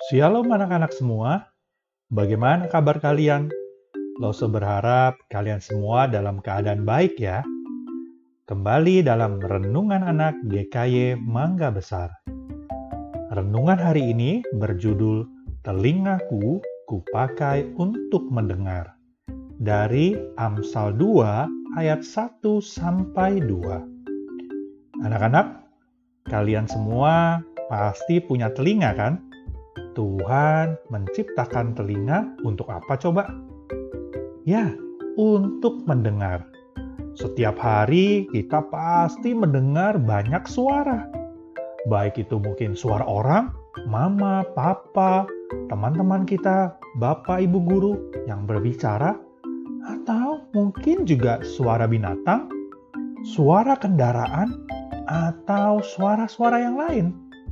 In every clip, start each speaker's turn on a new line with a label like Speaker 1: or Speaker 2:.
Speaker 1: Shalom anak-anak semua, bagaimana kabar kalian? Lose berharap kalian semua dalam keadaan baik ya. Kembali dalam Renungan Anak GKY Mangga Besar. Renungan hari ini berjudul Telingaku Kupakai untuk Mendengar. Dari Amsal 2 ayat 1-2. Anak-anak, kalian semua pasti punya telinga kan? Tuhan menciptakan telinga untuk apa coba? Ya, untuk mendengar. Setiap hari kita pasti mendengar banyak suara. Baik itu mungkin suara orang, mama, papa, teman-teman kita, bapak, ibu guru yang berbicara, atau mungkin juga suara binatang, suara kendaraan, atau suara-suara yang lain.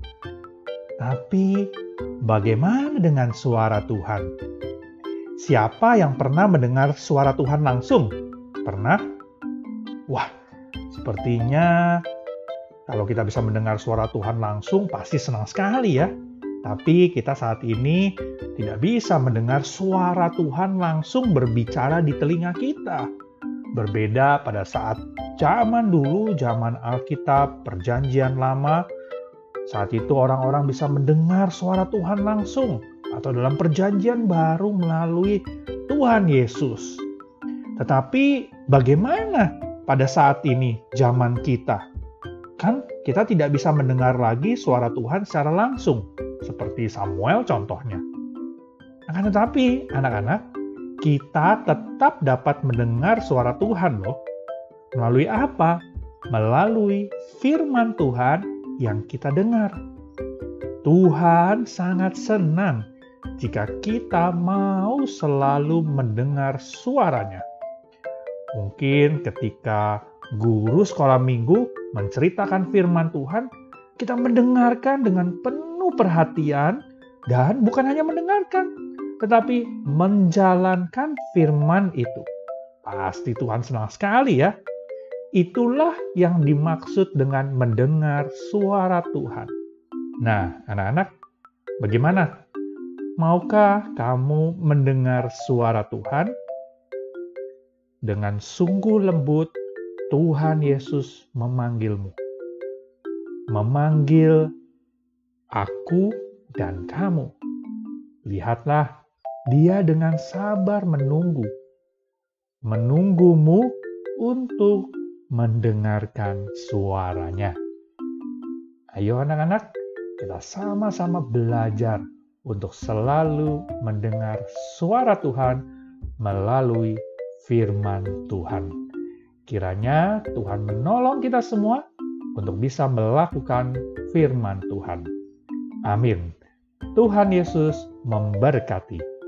Speaker 1: Tapi bagaimana dengan suara Tuhan? Siapa yang pernah mendengar suara Tuhan langsung? Pernah? Wah, sepertinya kalau kita bisa mendengar suara Tuhan langsung pasti senang sekali ya. Tapi kita saat ini tidak bisa mendengar suara Tuhan langsung berbicara di telinga kita. Berbeda pada saat zaman dulu, zaman Alkitab, Perjanjian Lama, saat itu orang-orang bisa mendengar suara Tuhan langsung atau dalam perjanjian baru melalui Tuhan Yesus. Tetapi bagaimana pada saat ini zaman kita? Kan kita tidak bisa mendengar lagi suara Tuhan secara langsung, seperti Samuel contohnya. Akan tetapi anak-anak, kita tetap dapat mendengar suara Tuhan loh. Melalui apa? Melalui firman Tuhan yang kita dengar. Tuhan sangat senang jika kita mau selalu mendengar suaranya. Mungkin ketika guru sekolah minggu menceritakan firman Tuhan, kita mendengarkan dengan penuh perhatian dan bukan hanya mendengarkan, tetapi menjalankan firman itu. Pasti Tuhan senang sekali ya. Itulah yang dimaksud dengan mendengar suara Tuhan. Nah, anak-anak, bagaimana? Maukah kamu mendengar suara Tuhan? Dengan sungguh lembut, Tuhan Yesus memanggilmu. Memanggil aku dan kamu. Lihatlah, Dia dengan sabar menunggu. Menunggumu untuk mendengarkan suaranya. Ayo anak-anak, kita sama-sama belajar untuk selalu mendengar suara Tuhan melalui firman Tuhan. Kiranya Tuhan menolong kita semua untuk bisa melakukan firman Tuhan. Amin. Tuhan Yesus memberkati.